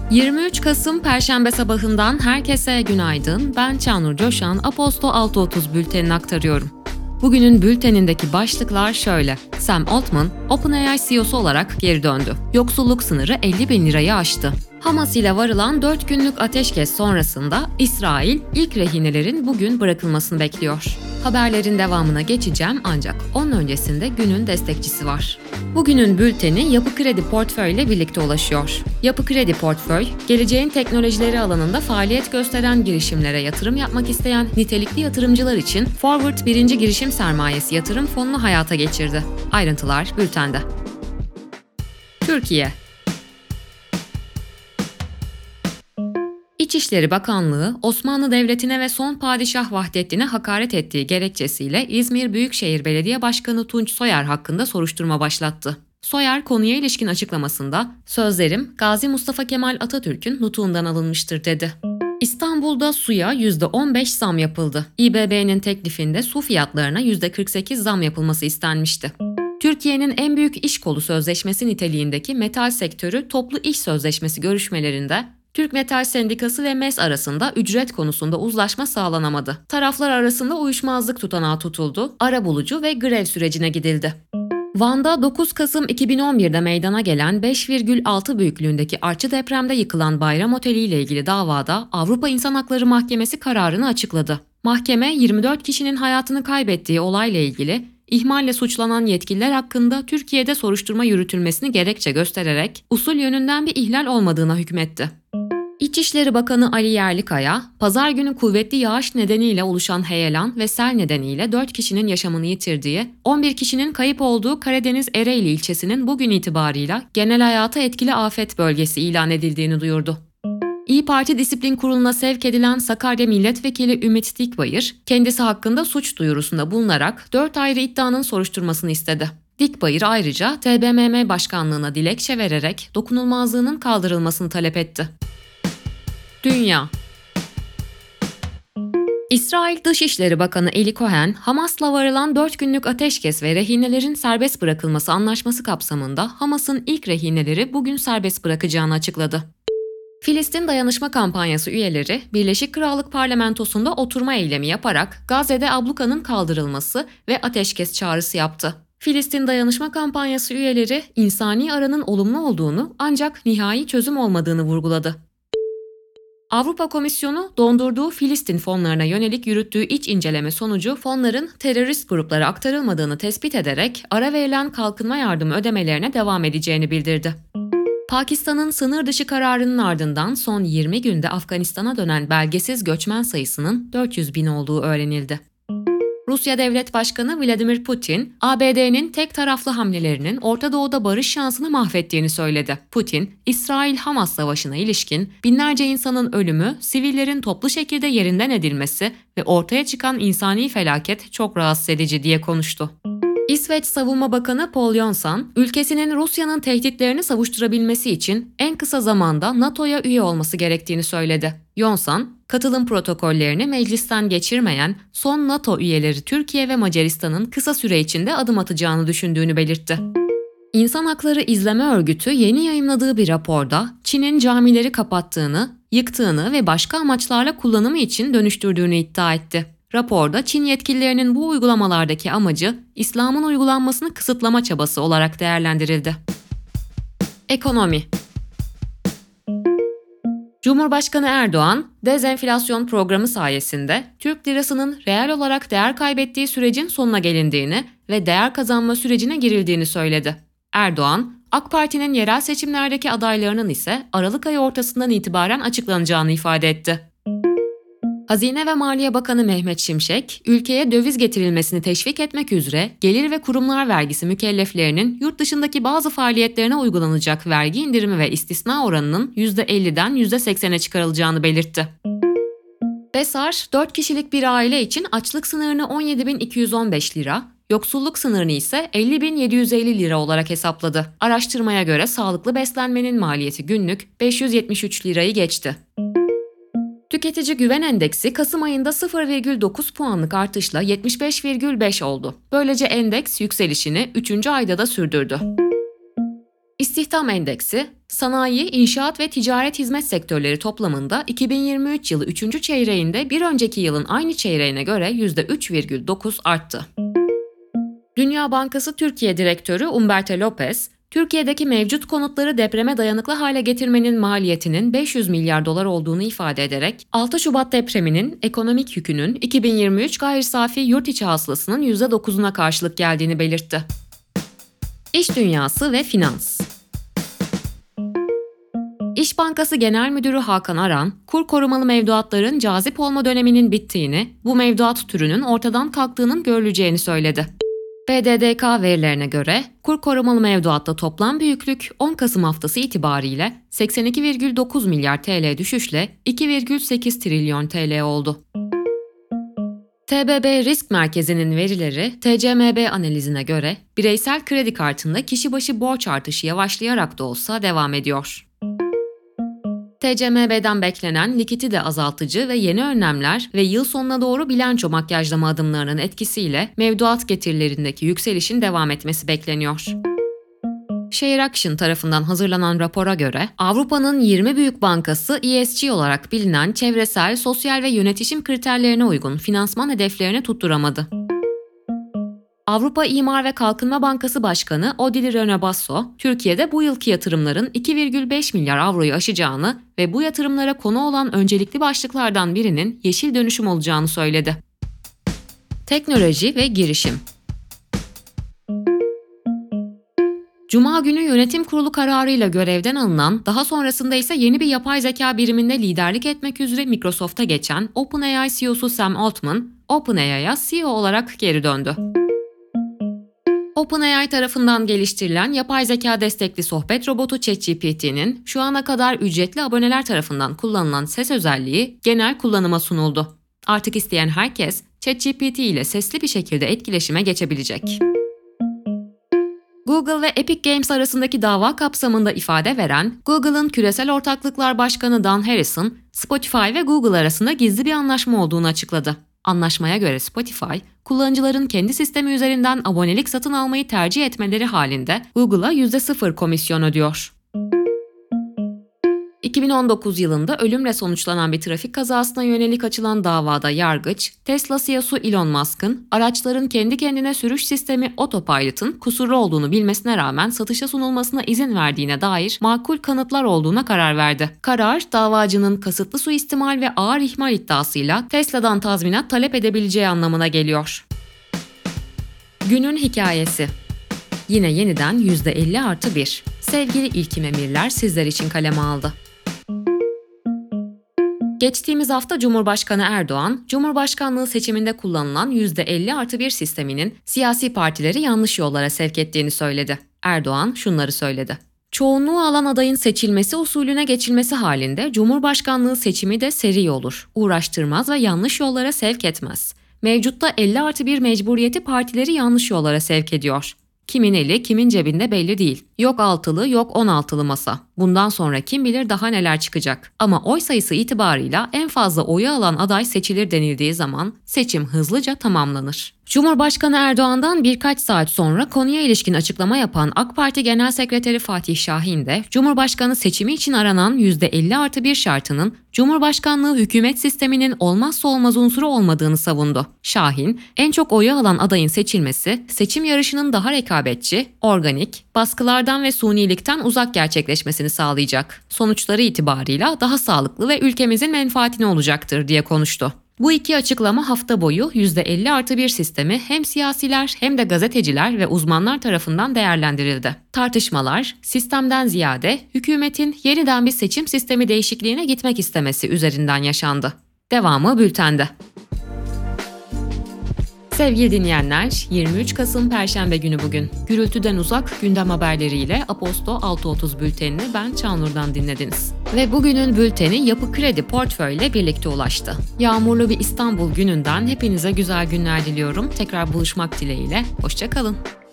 23 Kasım Perşembe sabahından herkese günaydın. Ben Çağnur Coşan, Aposto 6.30 bültenini aktarıyorum. Bugünün bültenindeki başlıklar şöyle. Sam Altman, OpenAI CEO'su olarak geri döndü. Yoksulluk sınırı 50 bin lirayı aştı. Hamas ile varılan 4 günlük ateşkes sonrasında İsrail ilk rehinelerin bugün bırakılmasını bekliyor. Haberlerin devamına geçeceğim ancak onun öncesinde günün destekçisi var. Bugünün bülteni Yapı Kredi Portföy ile birlikte ulaşıyor. Yapı Kredi Portföy, geleceğin teknolojileri alanında faaliyet gösteren girişimlere yatırım yapmak isteyen nitelikli yatırımcılar için Forward 1. Girişim Sermayesi Yatırım Fonu'nu hayata geçirdi. Ayrıntılar bültende. Türkiye. İçişleri Bakanlığı, Osmanlı Devleti'ne ve son padişah Vahdettin'e hakaret ettiği gerekçesiyle İzmir Büyükşehir Belediye Başkanı Tunç Soyer hakkında soruşturma başlattı. Soyer konuya ilişkin açıklamasında, "Sözlerim Gazi Mustafa Kemal Atatürk'ün nutuğundan alınmıştır." dedi. İstanbul'da suya %15 zam yapıldı. İBB'nin teklifinde su fiyatlarına %48 zam yapılması istenmişti. Türkiye'nin en büyük iş kolu sözleşmesi niteliğindeki metal sektörü toplu iş sözleşmesi görüşmelerinde Türk Metal Sendikası ve MES arasında ücret konusunda uzlaşma sağlanamadı. Taraflar arasında uyuşmazlık tutanağı tutuldu, arabulucu ve grev sürecine gidildi. Van'da 9 Kasım 2011'de meydana gelen 5,6 büyüklüğündeki artçı depremde yıkılan Bayram Oteli ile ilgili davada Avrupa İnsan Hakları Mahkemesi kararını açıkladı. Mahkeme 24 kişinin hayatını kaybettiği olayla ilgili ihmalle suçlanan yetkililer hakkında Türkiye'de soruşturma yürütülmesini gerekçe göstererek usul yönünden bir ihlal olmadığına hükmetti. İçişleri Bakanı Ali Yerlikaya, pazar günü kuvvetli yağış nedeniyle oluşan heyelan ve sel nedeniyle 4 kişinin yaşamını yitirdiği, 11 kişinin kayıp olduğu Karadeniz Ereğli ilçesinin bugün itibarıyla genel hayata etkili afet bölgesi ilan edildiğini duyurdu. İYİ Parti Disiplin Kurulu'na sevk edilen Sakarya Milletvekili Ümit Dikbayır, kendisi hakkında suç duyurusunda bulunarak 4 ayrı iddianın soruşturmasını istedi. Dikbayır ayrıca TBMM Başkanlığı'na dilekçe vererek dokunulmazlığının kaldırılmasını talep etti. Dünya. İsrail Dışişleri Bakanı Eli Cohen, Hamas'la varılan 4 günlük ateşkes ve rehinelerin serbest bırakılması anlaşması kapsamında Hamas'ın ilk rehineleri bugün serbest bırakacağını açıkladı. Filistin Dayanışma Kampanyası üyeleri, Birleşik Krallık Parlamentosu'nda oturma eylemi yaparak Gazze'de ablukanın kaldırılması ve ateşkes çağrısı yaptı. Filistin Dayanışma Kampanyası üyeleri, insani aranın olumlu olduğunu ancak nihai çözüm olmadığını vurguladı. Avrupa Komisyonu, dondurduğu Filistin fonlarına yönelik yürüttüğü iç inceleme sonucu fonların terörist gruplara aktarılmadığını tespit ederek ara verilen kalkınma yardımı ödemelerine devam edeceğini bildirdi. Pakistan'ın sınır dışı kararının ardından son 20 günde Afganistan'a dönen belgesiz göçmen sayısının 400 bin olduğu öğrenildi. Rusya Devlet Başkanı Vladimir Putin, ABD'nin tek taraflı hamlelerinin Orta Doğu'da barış şansını mahvettiğini söyledi. Putin, İsrail-Hamas savaşına ilişkin binlerce insanın ölümü, sivillerin toplu şekilde yerinden edilmesi ve ortaya çıkan insani felaket çok rahatsız edici diye konuştu. İsveç Savunma Bakanı Pål Jonson, ülkesinin Rusya'nın tehditlerini savuşturabilmesi için en kısa zamanda NATO'ya üye olması gerektiğini söyledi. Jonson, katılım protokollerini meclisten geçirmeyen son NATO üyeleri Türkiye ve Macaristan'ın kısa süre içinde adım atacağını düşündüğünü belirtti. İnsan Hakları İzleme Örgütü yeni yayımladığı bir raporda Çin'in camileri kapattığını, yıktığını ve başka amaçlarla kullanımı için dönüştürdüğünü iddia etti. Raporda Çin yetkililerinin bu uygulamalardaki amacı İslam'ın uygulanmasını kısıtlama çabası olarak değerlendirildi. Ekonomi. Cumhurbaşkanı Erdoğan, dezenflasyon programı sayesinde Türk lirasının reel olarak değer kaybettiği sürecin sonuna gelindiğini ve değer kazanma sürecine girildiğini söyledi. Erdoğan, AK Parti'nin yerel seçimlerdeki adaylarının ise Aralık ayı ortasından itibaren açıklanacağını ifade etti. Hazine ve Maliye Bakanı Mehmet Şimşek, ülkeye döviz getirilmesini teşvik etmek üzere gelir ve kurumlar vergisi mükelleflerinin yurt dışındaki bazı faaliyetlerine uygulanacak vergi indirimi ve istisna oranının %50'den %80'e çıkarılacağını belirtti. BESAR, 4 kişilik bir aile için açlık sınırını 17.215 lira, yoksulluk sınırını ise 50.750 lira olarak hesapladı. Araştırmaya göre sağlıklı beslenmenin maliyeti günlük 573 lirayı geçti. Tüketici Güven Endeksi Kasım ayında 0,9 puanlık artışla 75,5 oldu. Böylece endeks yükselişini 3. ayda da sürdürdü. İstihdam Endeksi, sanayi, inşaat ve ticaret hizmet sektörleri toplamında 2023 yılı 3. çeyreğinde bir önceki yılın aynı çeyreğine göre %3,9 arttı. Dünya Bankası Türkiye Direktörü Umberto Lopez, Türkiye'deki mevcut konutları depreme dayanıklı hale getirmenin maliyetinin 500 milyar dolar olduğunu ifade ederek, 6 Şubat depreminin ekonomik yükünün 2023 gayri safi yurt içi hasılasının %9'una karşılık geldiğini belirtti. İş dünyası ve finans. İş Bankası Genel Müdürü Hakan Aran, kur korumalı mevduatların cazip olma döneminin bittiğini, bu mevduat türünün ortadan kalktığının görüleceğini söyledi. BDDK verilerine göre kur korumalı mevduatta toplam büyüklük 10 Kasım haftası itibariyle 82,9 milyar TL düşüşle 2,8 trilyon TL oldu. TBB Risk Merkezi'nin verileri TCMB analizine göre bireysel kredi kartında kişi başı borç artışı yavaşlayarak da olsa devam ediyor. TCMB'den beklenen likidite azaltıcı ve yeni önlemler ve yıl sonuna doğru bilanço makyajlama adımlarının etkisiyle mevduat getirilerindeki yükselişin devam etmesi bekleniyor. Share Action tarafından hazırlanan rapora göre Avrupa'nın 20 büyük bankası ESG olarak bilinen çevresel, sosyal ve yönetişim kriterlerine uygun finansman hedeflerini tutturamadı. Avrupa İmar ve Kalkınma Bankası Başkanı Odile Rene-Basso, Türkiye'de bu yılki yatırımların 2,5 milyar avroyu aşacağını ve bu yatırımlara konu olan öncelikli başlıklardan birinin yeşil dönüşüm olacağını söyledi. Teknoloji ve girişim. Cuma günü yönetim kurulu kararıyla görevden alınan, daha sonrasında ise yeni bir yapay zeka biriminde liderlik etmek üzere Microsoft'a geçen OpenAI CEO'su Sam Altman, OpenAI'ya CEO olarak geri döndü. OpenAI tarafından geliştirilen yapay zeka destekli sohbet robotu ChatGPT'nin şu ana kadar ücretli aboneler tarafından kullanılan ses özelliği genel kullanıma sunuldu. Artık isteyen herkes ChatGPT ile sesli bir şekilde etkileşime geçebilecek. Google ve Epic Games arasındaki dava kapsamında ifade veren Google'ın Küresel Ortaklıklar Başkanı Dan Harrison, Spotify ve Google arasında gizli bir anlaşma olduğunu açıkladı. Anlaşmaya göre Spotify, kullanıcıların kendi sistemi üzerinden abonelik satın almayı tercih etmeleri halinde Google'a %0 komisyon ödüyor. 2019 yılında ölümle sonuçlanan bir trafik kazasına yönelik açılan davada yargıç, Tesla CEO'su Elon Musk'ın araçların kendi kendine sürüş sistemi Autopilot'ın kusurlu olduğunu bilmesine rağmen satışa sunulmasına izin verdiğine dair makul kanıtlar olduğuna karar verdi. Karar, davacının kasıtlı suistimal ve ağır ihmal iddiasıyla Tesla'dan tazminat talep edebileceği anlamına geliyor. Günün hikayesi. Yine yeniden %50+1. Sevgili İlkim Emirler sizler için kaleme aldı. Geçtiğimiz hafta Cumhurbaşkanı Erdoğan, Cumhurbaşkanlığı seçiminde kullanılan %50+1 sisteminin siyasi partileri yanlış yollara sevk ettiğini söyledi. Erdoğan şunları söyledi. Çoğunluğu alan adayın seçilmesi usulüne geçilmesi halinde Cumhurbaşkanlığı seçimi de seri olur, uğraştırmaz ve yanlış yollara sevk etmez. Mevcutta 50+1 mecburiyeti partileri yanlış yollara sevk ediyor. Kimin eli, kimin cebinde belli değil. Yok 6'lı, yok 16'lı masa. Bundan sonra kim bilir daha neler çıkacak. Ama oy sayısı itibarıyla en fazla oyu alan aday seçilir denildiği zaman seçim hızlıca tamamlanır. Cumhurbaşkanı Erdoğan'dan birkaç saat sonra konuya ilişkin açıklama yapan AK Parti Genel Sekreteri Fatih Şahin de Cumhurbaşkanı seçimi için aranan %50+1 şartının Cumhurbaşkanlığı hükümet sisteminin olmazsa olmaz unsuru olmadığını savundu. Şahin, en çok oyu alan adayın seçilmesi, seçim yarışının daha rekabetçi, organik, baskılardan ve sunilikten uzak gerçekleşmesini sağlayacak. Sonuçları itibarıyla daha sağlıklı ve ülkemizin menfaatine olacaktır diye konuştu. Bu iki açıklama hafta boyu %50+1 sistemi hem siyasiler hem de gazeteciler ve uzmanlar tarafından değerlendirildi. Tartışmalar, sistemden ziyade hükümetin yeniden bir seçim sistemi değişikliğine gitmek istemesi üzerinden yaşandı. Devamı bültende. Sevgili dinleyenler, 23 Kasım Perşembe günü bugün. Gürültüden uzak gündem haberleriyle Aposto 6.30 bültenini ben Çağnur'dan dinlediniz. Ve bugünün bülteni Yapı Kredi Portföy ile birlikte ulaştı. Yağmurlu bir İstanbul gününden hepinize güzel günler diliyorum. Tekrar buluşmak dileğiyle, hoşça kalın.